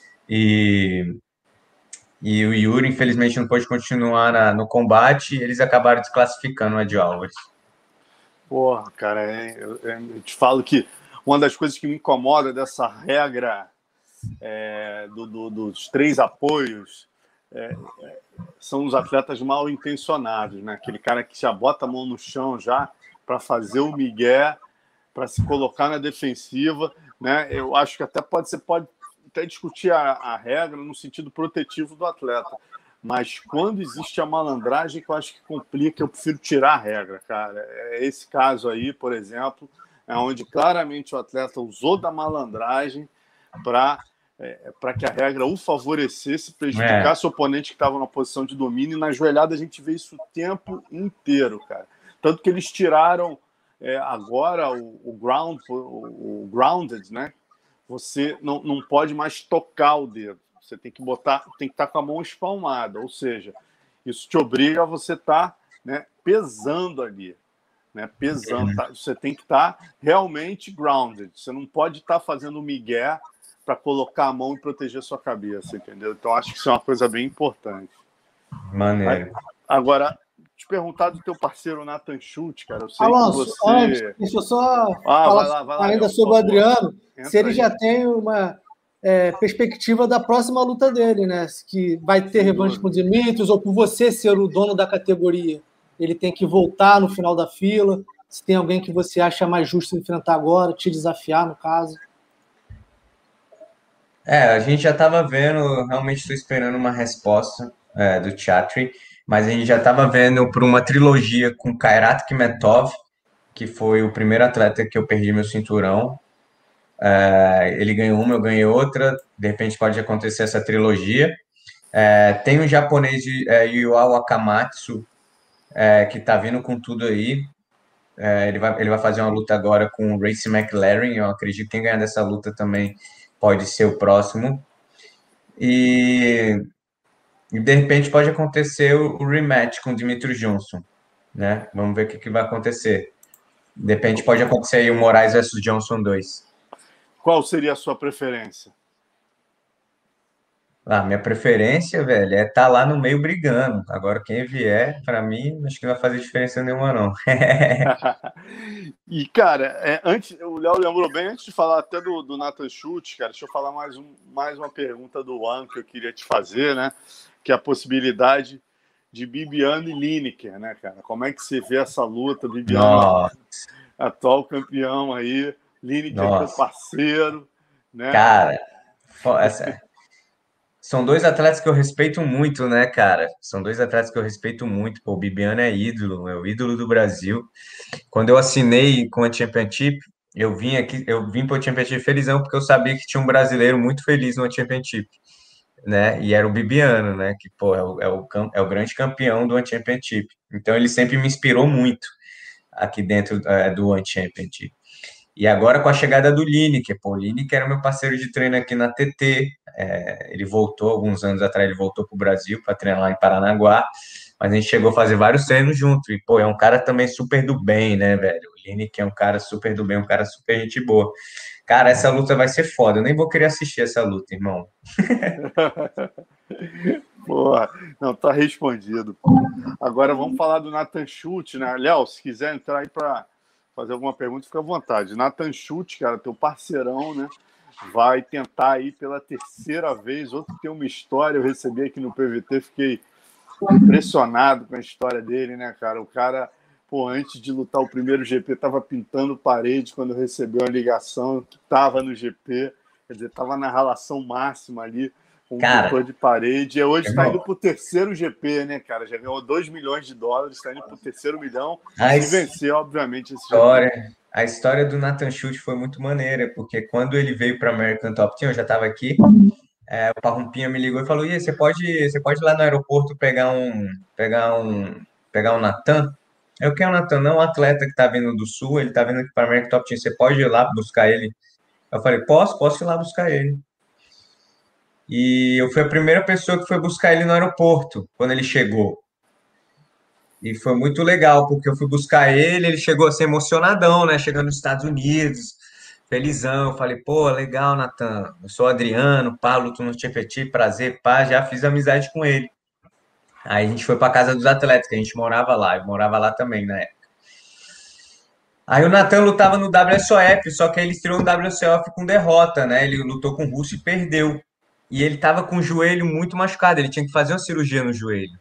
S2: E E o Yuri, infelizmente, não pôde continuar na, no combate e eles acabaram desclassificando o Ed Álvares.
S1: Porra, cara, é, eu, eu te falo que uma das coisas que me incomoda dessa regra é, do, do, dos três apoios é, é, são os atletas mal intencionados, né? Aquele cara que já bota a mão no chão já para fazer o migué, para se colocar na defensiva, né? Eu acho que até pode ser, pode até discutir a, a regra no sentido protetivo do atleta, mas quando existe a malandragem, que eu acho que complica, eu prefiro tirar a regra, cara. É esse caso aí, por exemplo, é onde claramente o atleta usou da malandragem para é, para que a regra o favorecesse, prejudicasse é. o oponente que estava na posição de domínio, e na joelhada a gente vê isso o tempo inteiro, cara. Tanto que eles tiraram é, agora o, o, ground, o, o grounded, né? Você não, não pode mais tocar o dedo. Você tem que botar, tem que estar com a mão espalmada, ou seja, Isso te obriga a você estar, né, pesando ali. Né, pesando. Tá? Você tem que estar realmente grounded. Você não pode estar fazendo migué para colocar a mão e proteger a sua cabeça, entendeu? Então, acho que isso é uma coisa bem importante.
S2: Maneiro.
S1: Agora, te perguntar do teu parceiro Nathan Schultz, cara. Eu sei
S3: Alonso,
S1: que você...
S3: antes, deixa eu só
S1: ah,
S3: falar
S1: vai lá, vai lá,
S3: ainda
S1: Léo,
S3: sobre o Adriano,
S1: Entra
S3: se ele
S1: aí.
S3: já tem uma é, perspectiva da próxima luta dele, né? Que vai ter
S1: Sem
S3: revanche
S1: dúvida.
S3: com o Demetrius, ou por você ser o dono da categoria, ele tem que voltar no final da fila. Se tem alguém que você acha mais justo enfrentar agora, te desafiar, no caso.
S2: É, a gente já estava vendo, realmente estou esperando uma resposta é, do Chatri, mas a gente já estava vendo por uma trilogia com Kairat Kmetov, que foi o primeiro atleta que eu perdi meu cinturão. É, ele ganhou uma, eu ganhei outra, de repente pode acontecer essa trilogia. É, tem um japonês, é, Yuao Wakamatsu, é, que está vindo com tudo aí. É, ele, vai, ele vai fazer uma luta agora com o Race McLaren, eu acredito que quem ganhar dessa luta também pode ser o próximo. E, e de repente pode acontecer o, o rematch com o Demetrius Johnson, né? Vamos ver o que, que vai acontecer. De repente pode acontecer aí o Moraes versus Johnson dois.
S1: Qual seria a sua preferência?
S2: Ah, minha preferência, velho, é estar tá lá no meio brigando. Agora, quem vier, para mim, acho que não vai fazer diferença nenhuma, não.
S1: E, cara, é, antes, o Léo lembrou bem, antes de falar até do, do Nathan Schultz, cara, deixa eu falar mais, um, mais uma pergunta do Juan que eu queria te fazer, né? Que é a possibilidade de Bibiano e Lineker, né, cara? Como é que você vê essa luta? Bibiano,
S2: Nossa.
S1: atual campeão aí, Lineker, teu parceiro, né?
S2: Cara, essa... são dois atletas que eu respeito muito, né, cara? São dois atletas que eu respeito muito. Pô, o Bibiano é ídolo, é o ídolo do Brasil. Quando eu assinei com a Championship, eu vim aqui, eu vim para o Championship felizão, porque eu sabia que tinha um brasileiro muito feliz no Championship, né? E era o Bibiano, né? Que, pô, é o, é o, é o grande campeão do One Championship. Então, ele sempre me inspirou muito aqui dentro é, do One Championship. E agora com a chegada do Lineker, pô, o Lineker era meu parceiro de treino aqui na T T, é, ele voltou, alguns anos atrás, ele voltou para o Brasil para treinar lá em Paranaguá, mas a gente chegou a fazer vários treinos junto, e, pô, é um cara também super do bem, né, velho? O Lineker é um cara super do bem, um cara super gente boa. Cara, essa luta vai ser foda, eu nem vou querer assistir essa luta, irmão.
S1: Porra, não, tá respondido. Agora vamos falar do Nathan Schultz, né? Léo, se quiser entrar aí para fazer alguma pergunta, fica à vontade. Nathan Schultz, cara, teu parceirão, né? Vai tentar aí pela terceira vez. Outro que tem uma história, eu recebi aqui no P V T, fiquei impressionado com a história dele, né, cara? O cara, pô, antes de lutar o primeiro G P, tava pintando parede quando recebeu a ligação que tava no G P, quer dizer, tava na ralação máxima ali, com um pintor de parede, e hoje está indo pro terceiro G P, né, cara? Já ganhou dois milhões de dólares, está indo pro terceiro milhão, e vencer, obviamente, esse
S2: história,
S1: G P.
S2: A história do Nathan Schultz foi muito maneira, porque quando ele veio para American Top Team, eu já estava aqui, é, o Parrumpinha me ligou e falou: "E você pode, você pode ir lá no aeroporto pegar um, pegar um, pegar um Nathan?" Eu quero o Nathan, não, um atleta que está vindo do Sul, ele está vindo aqui para American Top Team, você pode ir lá buscar ele? Eu falei: "Posso, posso ir lá buscar ele." E eu fui a primeira pessoa que foi buscar ele no aeroporto, quando ele chegou. E foi muito legal, porque eu fui buscar ele, ele chegou assim emocionadão, né? Chegando nos Estados Unidos, felizão. Eu falei, pô, legal, Nathan. Eu sou o Adriano, pá, luto no Championship, prazer, pá, já fiz amizade com ele. Aí a gente foi para casa dos atletas, que a gente morava lá, eu morava lá também na época. Aí o Nathan lutava no W S O F, só que ele estreou no W S O F com derrota, né? Ele lutou com o Russo e perdeu. E ele tava com o joelho muito machucado, ele tinha que fazer uma cirurgia no joelho.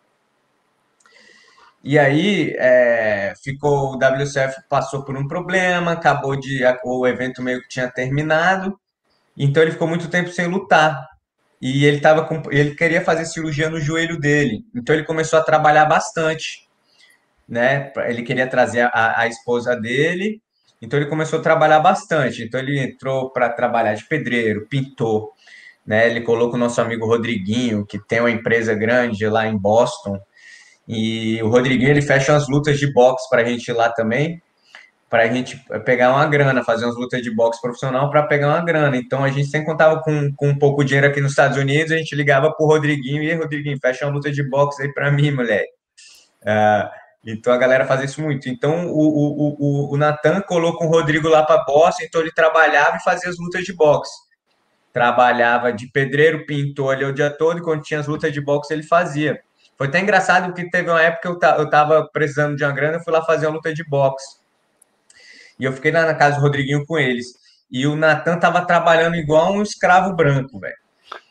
S2: E aí, é, ficou, o W S F passou por um problema, acabou de, o evento meio que tinha terminado, então ele ficou muito tempo sem lutar. E ele tava com, ele queria fazer cirurgia no joelho dele, então ele começou a trabalhar bastante, né? Ele queria trazer a, a esposa dele, então ele começou a trabalhar bastante. Então ele entrou para trabalhar de pedreiro, pintor, né? Ele colocou o nosso amigo Rodriguinho, que tem uma empresa grande lá em Boston. E o Rodriguinho, ele fecha umas lutas de boxe pra gente lá também. para a gente pegar uma grana, fazer umas lutas de boxe profissional para pegar uma grana. Então a gente sempre contava com, com um pouco de dinheiro aqui nos Estados Unidos, a gente ligava pro Rodriguinho, e aí, Rodriguinho, fecha uma luta de boxe aí para mim, moleque. Uh, então a galera fazia isso muito. Então o, o, o, o Natan colou com o Rodrigo lá para boxe, então ele trabalhava e fazia as lutas de boxe. Trabalhava de pedreiro, pintor ali o dia todo, e quando tinha as lutas de boxe ele fazia. Foi até engraçado, porque teve uma época que eu, eu tava precisando de uma grana, eu fui lá fazer uma luta de boxe. E eu fiquei lá na casa do Rodriguinho com eles. E o Natan tava trabalhando igual um escravo branco, velho.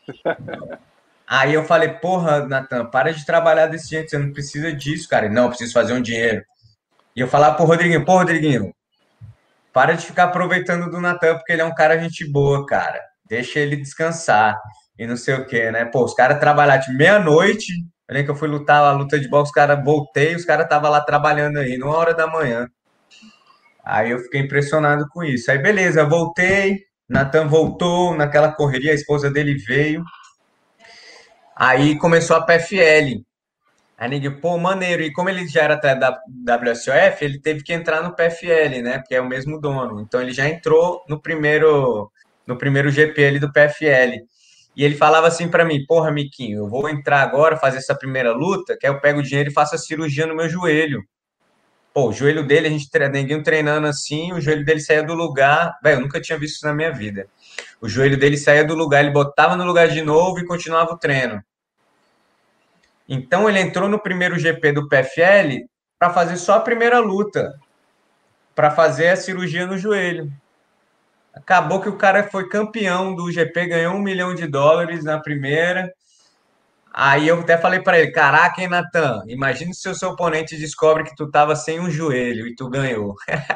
S2: Aí eu falei, porra, Natan, para de trabalhar desse jeito, você não precisa disso, cara. Ele, não, eu preciso fazer um dinheiro. E eu falava pro Rodriguinho, pô, Rodriguinho, para de ficar aproveitando do Natan, porque ele é um cara gente boa, cara. Deixa ele descansar. E não sei o quê, né? Pô, os caras trabalharam de meia-noite. Eu lembro que eu fui lutar a luta de boxe, os caras voltei, os caras estavam lá trabalhando aí, numa hora da manhã. Aí eu fiquei impressionado com isso. Aí beleza, eu voltei, Natan voltou naquela correria, a esposa dele veio. Aí começou a P F L. Aí ninguém, pô, maneiro. E como ele já era até da W S O F, ele teve que entrar no P F L, né? Porque é o mesmo dono. Então ele já entrou no primeiro, no primeiro G P ali do P F L. E ele falava assim pra mim, porra, Miquinho, eu vou entrar agora, fazer essa primeira luta, que aí eu pego o dinheiro e faço a cirurgia no meu joelho. Pô, o joelho dele, a gente ninguém treinando assim, o joelho dele saía do lugar. Velho, eu nunca tinha visto isso na minha vida. O joelho dele saía do lugar, ele botava no lugar de novo e continuava o treino. Então ele entrou no primeiro G P do P F L para fazer só a primeira luta, para fazer a cirurgia no joelho. Acabou que o cara foi campeão do G P, ganhou um milhão de dólares na primeira. Aí eu até falei para ele, caraca, hein, Natan, imagina se o seu oponente descobre que tu tava sem um joelho e tu ganhou.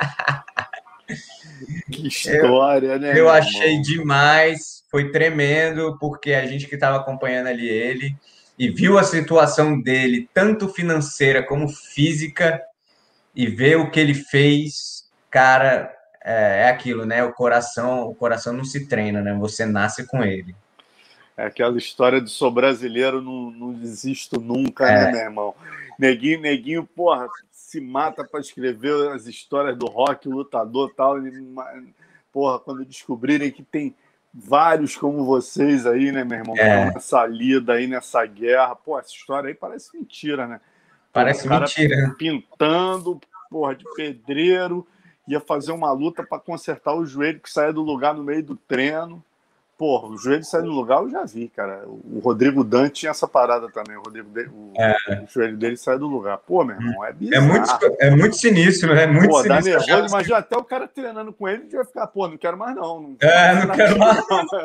S1: Que história,
S2: eu,
S1: né?
S2: Eu achei irmão? demais, foi tremendo, porque a gente que estava acompanhando ali ele e viu a situação dele, tanto financeira como física, e ver o que ele fez, cara, é, é aquilo, né? O coração, o coração não se treina, né? Você nasce com ele.
S1: É aquela história de sou brasileiro, não, não desisto nunca,
S2: É.
S1: né, meu irmão? Neguinho, neguinho, porra, se mata para escrever as histórias do rock, lutador e tal. E, porra, quando descobrirem que tem vários como vocês aí, né, meu irmão?
S2: É.
S1: Nessa lida aí, nessa guerra. Pô, essa história aí parece mentira, né?
S2: Parece
S1: porra,
S2: mentira.
S1: Pintando, porra, de pedreiro, ia fazer uma luta para consertar o joelho que saía do lugar no meio do treino. Porra, o joelho sair do lugar eu já vi, cara. O Rodrigo Dante tinha essa parada também. O, Rodrigo de... o... É. o joelho dele sai do lugar. Pô, meu irmão, é bizarro.
S2: É muito, é muito sinistro, né? É muito
S1: pô,
S2: sinistro.
S1: Dá nervoso. Imagina até o cara treinando com ele e vai ficar, pô, não quero mais não. não
S2: é, não quero mais não.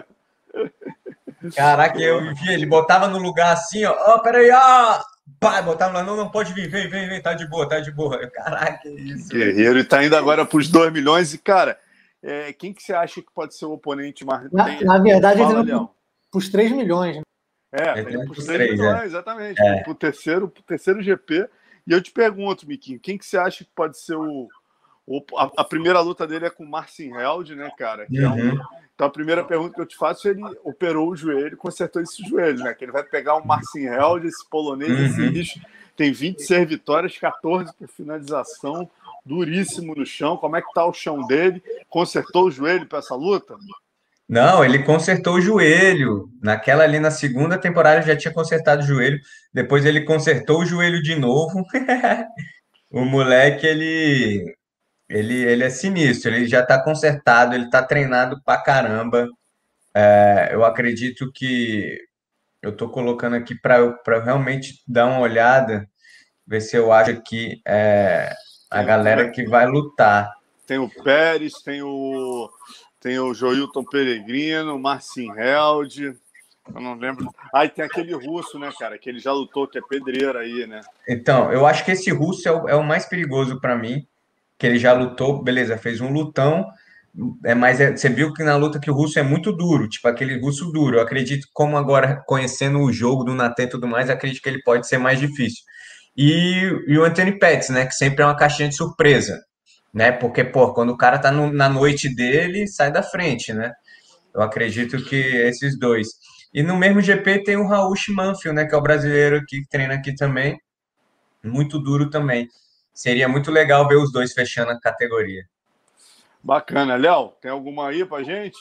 S2: Caraca, eu vi, ele botava no lugar assim, ó, ó, oh, peraí, ó, pá, botava lá, não, não pode vir, vem, vem, vem, tá de boa, tá de boa. Caraca, que isso.
S1: Guerreiro, e tá indo agora pros dois milhões e, cara, é, quem que você acha que pode ser o oponente mais...
S3: Na,
S1: Tem...
S3: na verdade,
S1: Fala,
S3: ele não pros três milhões, né?
S1: É,
S2: ele
S1: tá
S2: pros
S1: três milhões, é. exatamente. É. Pro, terceiro, pro terceiro G P. E eu te pergunto, Miquinho, quem que você acha que pode ser o... o a, a primeira luta dele é com o Marcin Held, né, cara? Que
S2: uhum.
S1: é um... Então, a primeira pergunta que eu te faço, ele operou o joelho, consertou esse joelho, né? Que ele vai pegar o Marcin Held, esse polonês, uhum. esse bicho, tem vinte e seis vitórias, quatorze por finalização, duríssimo no chão. Como é que tá o chão dele? Consertou o joelho para essa luta?
S2: Não, ele consertou o joelho. Naquela ali, na segunda temporada, já tinha consertado o joelho. Depois ele consertou o joelho de novo. O moleque, ele... Ele, ele é sinistro, ele já está consertado, ele está treinado pra caramba. É, eu acredito que eu estou colocando aqui para realmente dar uma olhada, ver se eu acho que é, a galera que vai lutar.
S1: Tem o Pérez, tem o, tem o Joilton Peregrino, o Marcin Held, eu não lembro. Ah, e tem aquele russo, né, cara, que ele já lutou, que é pedreiro aí, né?
S2: Então, eu acho que esse russo é o, é o mais perigoso para mim, que ele já lutou, beleza, fez um lutão, é, mas é, você viu que na luta que o russo é muito duro, tipo aquele russo duro. Eu acredito, como agora, conhecendo o jogo do Natan e tudo mais, acredito que ele pode ser mais difícil. E, e o Anthony Pettis, né, que sempre é uma caixinha de surpresa, né, porque, pô, quando o cara tá no, na noite dele, sai da frente, né. Eu acredito que esses dois. E no mesmo G P tem o Raul Manfield, né, que é o brasileiro que treina aqui também, muito duro também. seria muito legal ver os dois fechando a categoria.
S1: Bacana. Léo, tem alguma aí pra gente?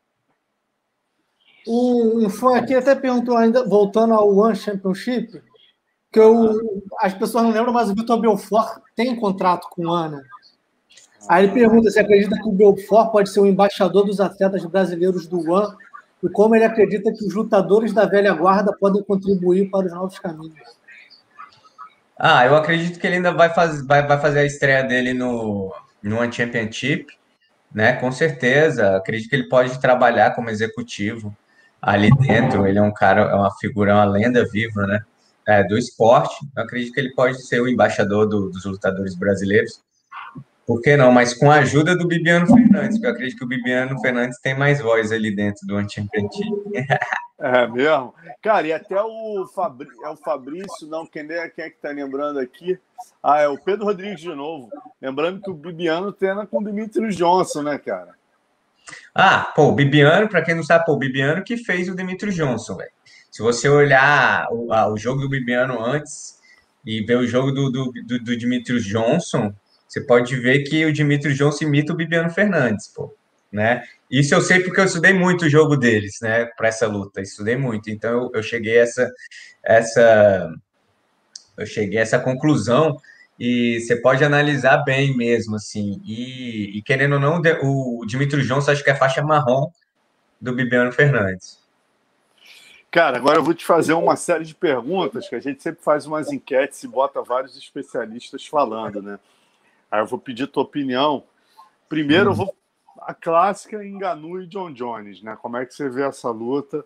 S3: Um, um fã aqui até perguntou ainda, voltando ao One Championship, que eu, as pessoas não lembram, mas o Vitor Belfort tem contrato com o One. Aí ele pergunta se acredita que o Belfort pode ser o embaixador dos atletas brasileiros do One e como ele acredita que os lutadores da velha guarda podem contribuir para os novos caminhos.
S2: Ah, eu acredito que ele ainda vai, faz, vai, vai fazer a estreia dele no, no One Championship, né? Com certeza. Acredito que ele pode trabalhar como executivo ali dentro. Ele é um cara, é uma figura, é uma lenda viva, né? É, do esporte. Eu acredito que ele pode ser o embaixador do, dos lutadores brasileiros. Por que não? Mas com a ajuda do Bibiano Fernandes, porque eu acredito que o Bibiano Fernandes tem mais voz ali dentro do One Championship.
S1: É mesmo? Cara, e até o, Fabri... é o Fabrício, não, quem é, quem é que tá lembrando aqui? Ah, é o Pedro Rodrigues de novo. Lembrando que o Bibiano treina com o Demetrius Johnson, né, cara?
S2: Ah, pô, o Bibiano, para quem não sabe, pô, o Bibiano que fez o Demetrius Johnson, velho. Se você olhar o, a, o jogo do Bibiano antes e ver o jogo do, do, do, do Demetrius Johnson, você pode ver que o Demetrius Johnson imita o Bibiano Fernandes, pô, né? Isso eu sei porque eu estudei muito o jogo deles, né, para essa luta, estudei muito. Então eu, eu cheguei a essa, essa, eu cheguei a essa conclusão e você pode analisar bem mesmo, assim. E, e querendo ou não, o Demetrius Johnson acho que é faixa marrom do Bibiano Fernandes.
S1: Cara, agora eu vou te fazer uma série de perguntas que a gente sempre faz umas enquetes e bota vários especialistas falando, né? Aí eu vou pedir tua opinião. Primeiro, hum. eu vou a clássica Ngannou e John Jones, né? Como é que você vê essa luta?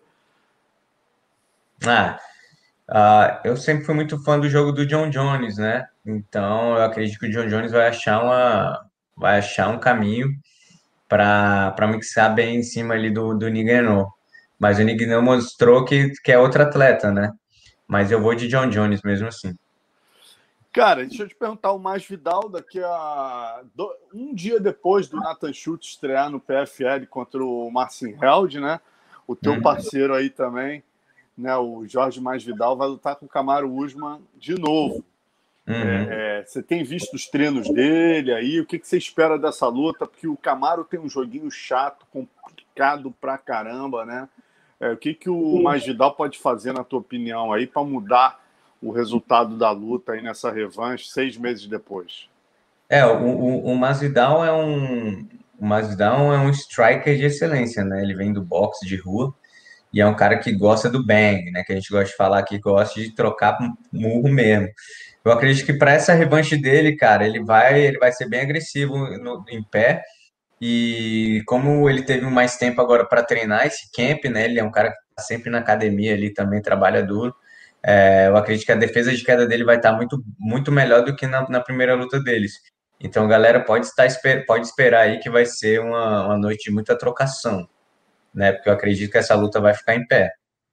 S2: Ah, uh, eu sempre fui muito fã do jogo do John Jones, né? Então eu acredito que o John Jones vai achar uma, vai achar um caminho para mixar bem em cima ali do, do Ngannou. Mas o Ngannou mostrou que, que é outro atleta, né? Mas eu vou de John Jones mesmo assim.
S1: Cara, deixa eu te perguntar, o Masvidal daqui a do... um dia depois do Nathan Schultz estrear no P F L contra o Marcin Held, né? O teu uhum. parceiro aí também, né? O Jorge Masvidal vai lutar com o Kamaru Usman de novo. Uhum. É, é, você tem visto os treinos dele aí? O que, que você espera dessa luta? Porque o Kamaru tem um joguinho chato, complicado pra caramba, né? É, o que, que o Masvidal pode fazer, na tua opinião, aí, para mudar o resultado da luta aí nessa revanche seis meses depois?
S2: É, o, o, o Masvidal é um o Masvidal é um striker de excelência, né? Ele vem do boxe de rua e é um cara que gosta do bang, né? Que a gente gosta de falar aqui, gosta de trocar murro mesmo. Eu acredito que para essa revanche dele, cara, ele vai ele vai ser bem agressivo no, em pé. E como ele teve mais tempo agora para treinar esse camp, né? Ele é um cara que está sempre na academia ali, também trabalha duro. É, eu acredito que a defesa de queda dele vai estar muito, muito melhor do que na, na primeira luta deles. Então, galera, pode, estar, pode esperar aí que vai ser uma, uma noite de muita trocação, né? Porque eu acredito que essa luta vai ficar em pé.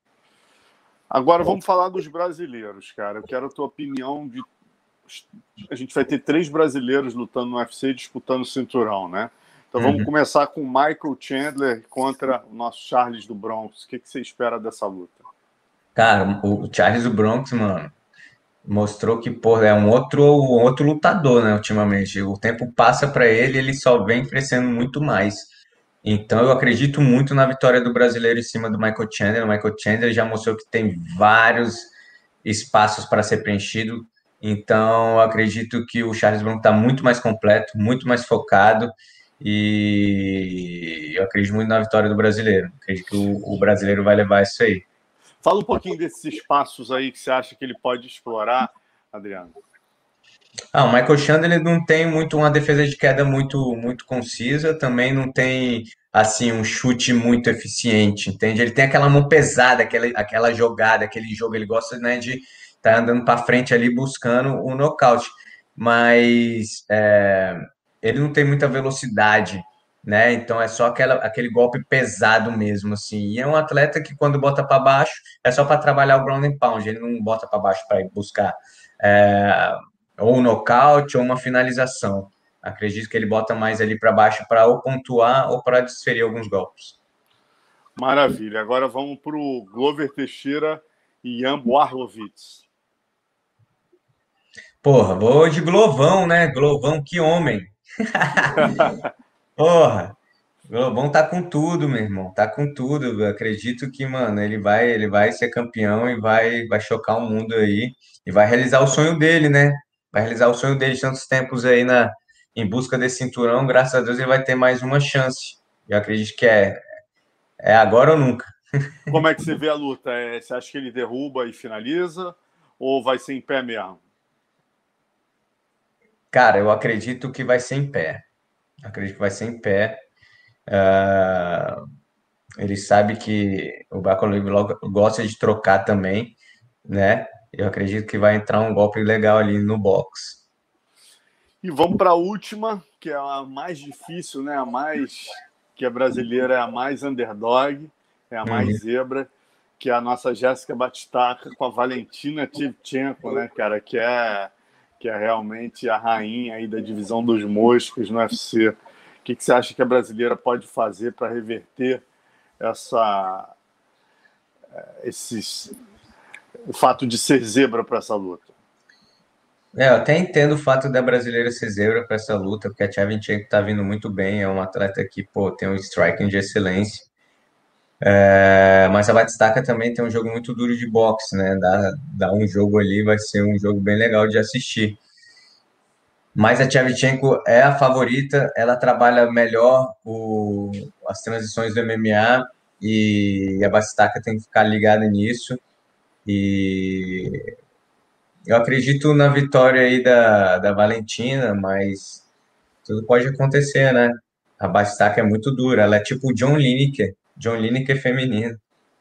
S1: Agora vamos falar dos brasileiros, cara. Eu quero a tua opinião de... A gente vai ter três brasileiros lutando no U F C disputando o cinturão, né? Então vamos uhum. começar com o Michael Chandler contra o nosso Charles do Bronx. O que, que você espera dessa luta?
S2: Cara, o Charles do Bronx, mano, mostrou que, pô, é um outro, um outro lutador, né, ultimamente. O tempo passa para ele, ele só vem crescendo muito mais. Então eu acredito muito na vitória do brasileiro em cima do Michael Chandler. O Michael Chandler já mostrou que tem vários espaços para ser preenchido. Então eu acredito que o Charles Bronx está muito mais completo, muito mais focado. E eu acredito muito na vitória do brasileiro. Acredito que o, o brasileiro vai levar isso aí.
S1: Fala um pouquinho desses espaços aí que você acha que ele pode explorar, Adriano.
S2: Ah, o Michael Chandler ele não tem muito uma defesa de queda muito muito concisa, também não tem assim um chute muito eficiente, entende? Ele tem aquela mão pesada, aquela, aquela jogada, aquele jogo, ele gosta, né, de estar tá andando para frente ali buscando o nocaute, mas é, ele não tem muita velocidade, né? Então é só aquela, aquele golpe pesado mesmo, assim. E é um atleta que quando bota para baixo é só para trabalhar o ground and pound, ele não bota para baixo para buscar é, ou um nocaute ou uma finalização. Acredito que ele bota mais ali para baixo para ou pontuar ou para desferir alguns golpes.
S1: Maravilha. Agora vamos para o Glover Teixeira e Jan Blachowicz.
S2: Porra, vou de Glovão, né? Glovão, que homem. Porra, Globão tá com tudo, meu irmão. Tá com tudo. Eu acredito que, mano, ele vai, ele vai ser campeão e vai, vai chocar o mundo aí e vai realizar o sonho dele, né? Vai realizar o sonho dele de tantos tempos aí na, em busca desse cinturão. Graças a Deus ele vai ter mais uma chance. Eu acredito que é, é agora ou nunca.
S1: Como é que você vê a luta? É, você acha que ele derruba e finaliza? Ou vai ser em pé mesmo?
S2: Cara, eu acredito que vai ser em pé. Acredito que vai ser em pé. Ah, ele sabe que o Bacalhau gosta de trocar também, né? Eu acredito que vai entrar um golpe legal ali no box.
S1: E vamos para a última, que é a mais difícil, né? A mais que a brasileira é a mais underdog, é a mais
S2: Uhum.
S1: zebra, que é a nossa Jéssica Batistaca com a Valentina Shevchenko, né, cara? Que é que é realmente a rainha aí da divisão dos moscos no U F C. O que, que você acha que a brasileira pode fazer para reverter essa esses o fato de ser zebra para essa luta?
S2: É, eu até entendo o fato da brasileira ser zebra para essa luta, porque a Tchevchenko tá vindo muito bem, é uma atleta que, pô, tem um striking de excelência. É, mas a Batistaca também tem um jogo muito duro de boxe, né? Dá, dá um jogo ali, vai ser um jogo bem legal de assistir. Mas a Tchevchenko é a favorita, ela trabalha melhor o, as transições do M M A e a Batistaca tem que ficar ligada nisso. E eu acredito na vitória aí da, da Valentina, mas tudo pode acontecer, né? A Batistaca é muito dura, ela é tipo o John Lineker, John Lineker feminino.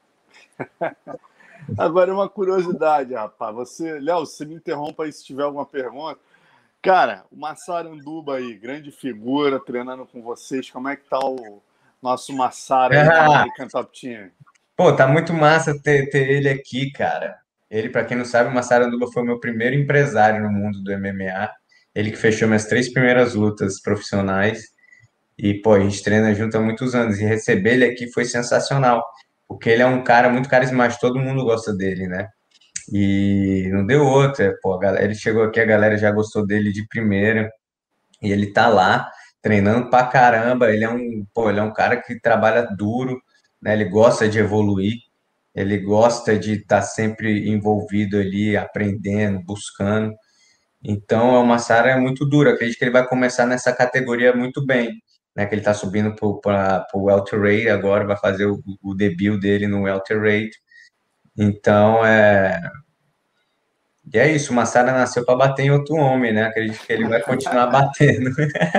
S1: Agora, uma curiosidade, rapaz. Você, Léo, você me interrompa aí se tiver alguma pergunta. Cara, o Massaranduba aí, grande figura, treinando com vocês. Como é que tá o nosso Massara aí no American Top Team?
S2: Pô, tá muito massa ter, ter ele aqui, cara. Ele, pra quem não sabe, o Massaranduba foi o meu primeiro empresário no mundo do M M A. Ele que fechou minhas três primeiras lutas profissionais. E, pô, a gente treina junto há muitos anos. E receber ele aqui foi sensacional. Porque ele é um cara muito carismático, todo mundo gosta dele, né? E não deu outra, pô, a galera, ele chegou aqui, a galera já gostou dele de primeira, e ele tá lá treinando pra caramba, ele é um, pô, ele é um cara que trabalha duro, né? Ele gosta de evoluir, ele gosta de estar sempre envolvido ali, aprendendo, buscando. Então, é uma Sara muito dura, acredito que ele vai começar nessa categoria muito bem, né? Que ele tá subindo para o welterweight agora, vai fazer o, o debut dele no welterweight. Então, é e é isso, o Massara nasceu para bater em outro homem, né? Acredito que ele vai continuar batendo.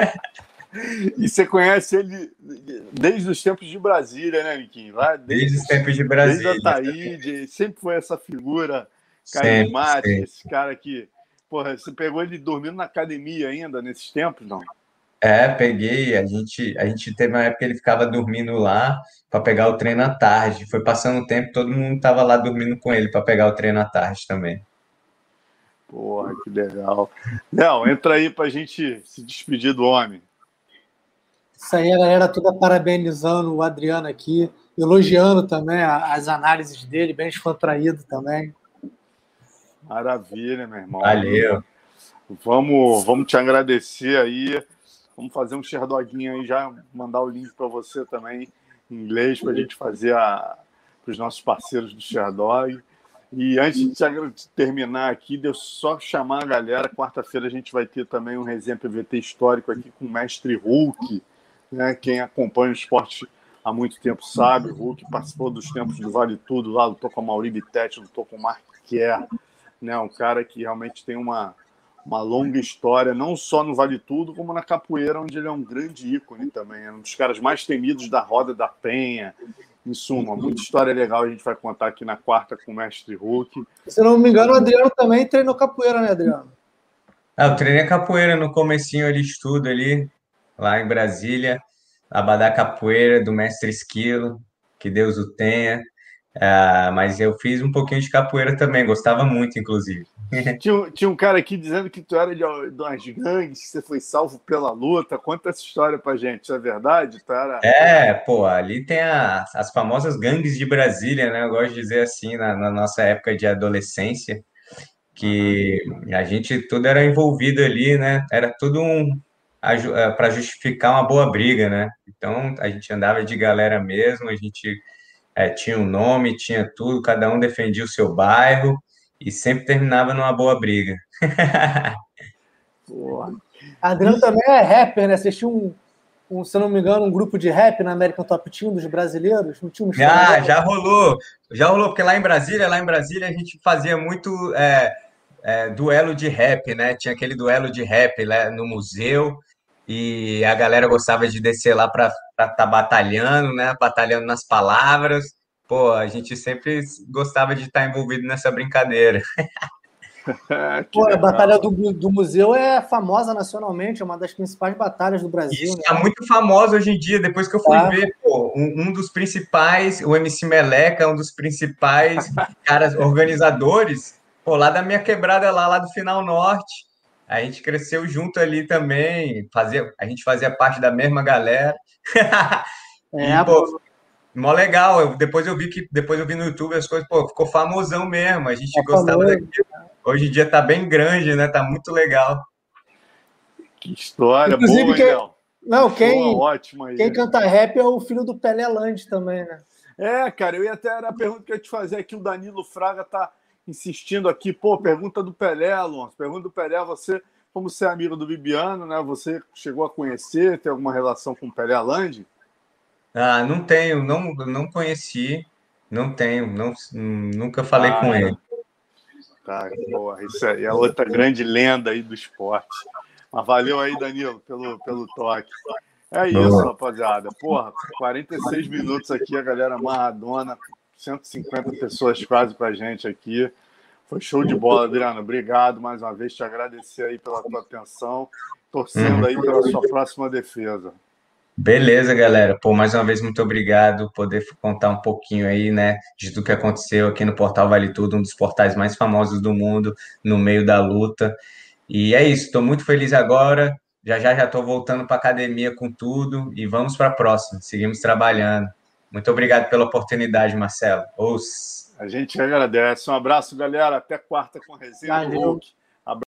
S1: E você conhece ele desde os tempos de Brasília, né, Miquinho? Lá desde,
S2: Desde os tempos de
S1: desde a
S2: Brasília.
S1: Taíde, sempre foi essa figura
S2: Sempre,
S1: carismática,
S2: sempre.
S1: esse cara que. Porra, você pegou ele dormindo na academia ainda nesses tempos, não?
S2: É, peguei. A gente, a gente teve uma época que ele ficava dormindo lá para pegar o treino à tarde. Foi passando o tempo, todo mundo estava lá dormindo com ele para pegar o treino à tarde também.
S1: Porra, que legal. Léo, entra aí pra gente se despedir do homem.
S3: Isso aí, a galera toda parabenizando o Adriano aqui, elogiando também as análises dele, bem descontraído também.
S1: Maravilha, meu irmão.
S2: Valeu.
S1: Vamos, vamos te agradecer aí. Vamos fazer um Sherdoguinho aí, já mandar o link para você também em inglês para a gente fazer para os nossos parceiros do Sherdog. E antes de terminar aqui, deixa eu só chamar a galera. Quarta-feira a gente vai ter também um resenha P V T histórico aqui com o mestre Hulk, né? Quem acompanha o esporte há muito tempo sabe. O Hulk participou dos tempos do Vale Tudo, lá lutou com a Mauri Bittetti, lutou com o Mark Kerr, né? Um cara que realmente tem uma, uma longa história, não só no Vale Tudo, como na capoeira, onde ele é um grande ícone também. É um dos caras mais temidos da Roda da Penha. Em suma, muita história legal a gente vai contar aqui na quarta com o mestre Hulk.
S3: Se não me engano, o Adriano também treinou capoeira, né, Adriano?
S2: Ah, eu treinei capoeira no comecinho ali, estudo ali, lá em Brasília. Abadá Capoeira, do mestre Esquilo, que Deus o tenha. Ah, mas eu fiz um pouquinho de capoeira também, gostava muito, inclusive.
S1: Tinha, tinha um cara aqui dizendo que tu era de, de umas gangues, que você foi salvo pela luta. Conta essa história pra gente, isso é verdade? Tu era...
S2: É, pô, ali tem a- as famosas gangues de Brasília, né? Eu gosto de dizer assim, na, na nossa época de adolescência, que a gente tudo era envolvido ali, né? Era tudo um para justificar uma boa briga, né? Então a gente andava de galera mesmo, a gente é, tinha um nome, tinha tudo, cada um defendia o seu bairro e sempre terminava numa boa briga.
S3: Porra. Adriano também é rapper, né? Vocês tinham um, um, se eu não me engano, um grupo de rap na American Top Team dos brasileiros? Não tinha um
S2: Ah, já rolou, já rolou, porque lá em Brasília, lá em Brasília a gente fazia muito é, é, duelo de rap, né? Tinha aquele duelo de rap lá no museu e a galera gostava de descer lá para estar tá batalhando, né? Batalhando nas palavras. Pô, a gente sempre gostava de estar envolvido nessa brincadeira.
S3: Pô, a Batalha do, do Museu é famosa nacionalmente, é uma das principais batalhas do Brasil.
S2: Isso,
S3: né?
S2: tá muito famosa hoje em dia, depois que eu fui ah. ver, pô, um, um dos principais, o M C Meleca, um dos principais caras organizadores, pô, lá da minha quebrada lá, lá do Final Norte, a gente cresceu junto ali também, fazia, a gente fazia parte da mesma galera.
S3: É,
S2: e, pô, mó legal, eu, depois eu vi que, depois eu vi no YouTube as coisas, pô, ficou famosão mesmo, a gente é gostava famoso. daquilo. Hoje em dia tá bem grande, né? Tá muito legal.
S1: Que história
S3: Inclusive,
S1: boa,
S3: quem...
S1: hein, Léo?
S3: Não, quem,
S1: ótimo aí.
S3: quem canta rap é o filho do Pelé Land também, né?
S1: É, cara, eu ia até era a pergunta que eu ia te fazer aqui, o Danilo Fraga tá insistindo aqui, pô, pergunta do Pelé, Alonso, pergunta do Pelé, você, como você é amigo do Bibiano, né? Você chegou a conhecer, tem alguma relação com o Pelé Land?
S2: Ah, não tenho, não, não conheci, não tenho, não, nunca falei
S1: ah,
S2: com
S1: tá.
S2: ele.
S1: Tá, porra, isso aí é outra grande lenda aí do esporte. Mas valeu aí, Danilo, pelo, pelo toque. É isso, Boa. rapaziada. Porra, quarenta e seis minutos aqui, a galera amarradona, cento e cinquenta pessoas quase pra gente aqui. Foi show de bola, Adriano. Obrigado mais uma vez, te agradecer aí pela tua atenção, torcendo aí pela sua próxima defesa.
S2: Beleza, galera. Pô, mais uma vez, muito obrigado. Poder contar um pouquinho aí, né, de tudo que aconteceu aqui no Portal Vale Tudo, um dos portais mais famosos do mundo, no meio da luta. E é isso, estou muito feliz agora. Já já já estou voltando para a academia com tudo e vamos para a próxima. Seguimos trabalhando. Muito obrigado pela oportunidade, Marcelo. Os...
S1: A gente agradece. Um abraço, galera. Até quarta com resenha do Hulk.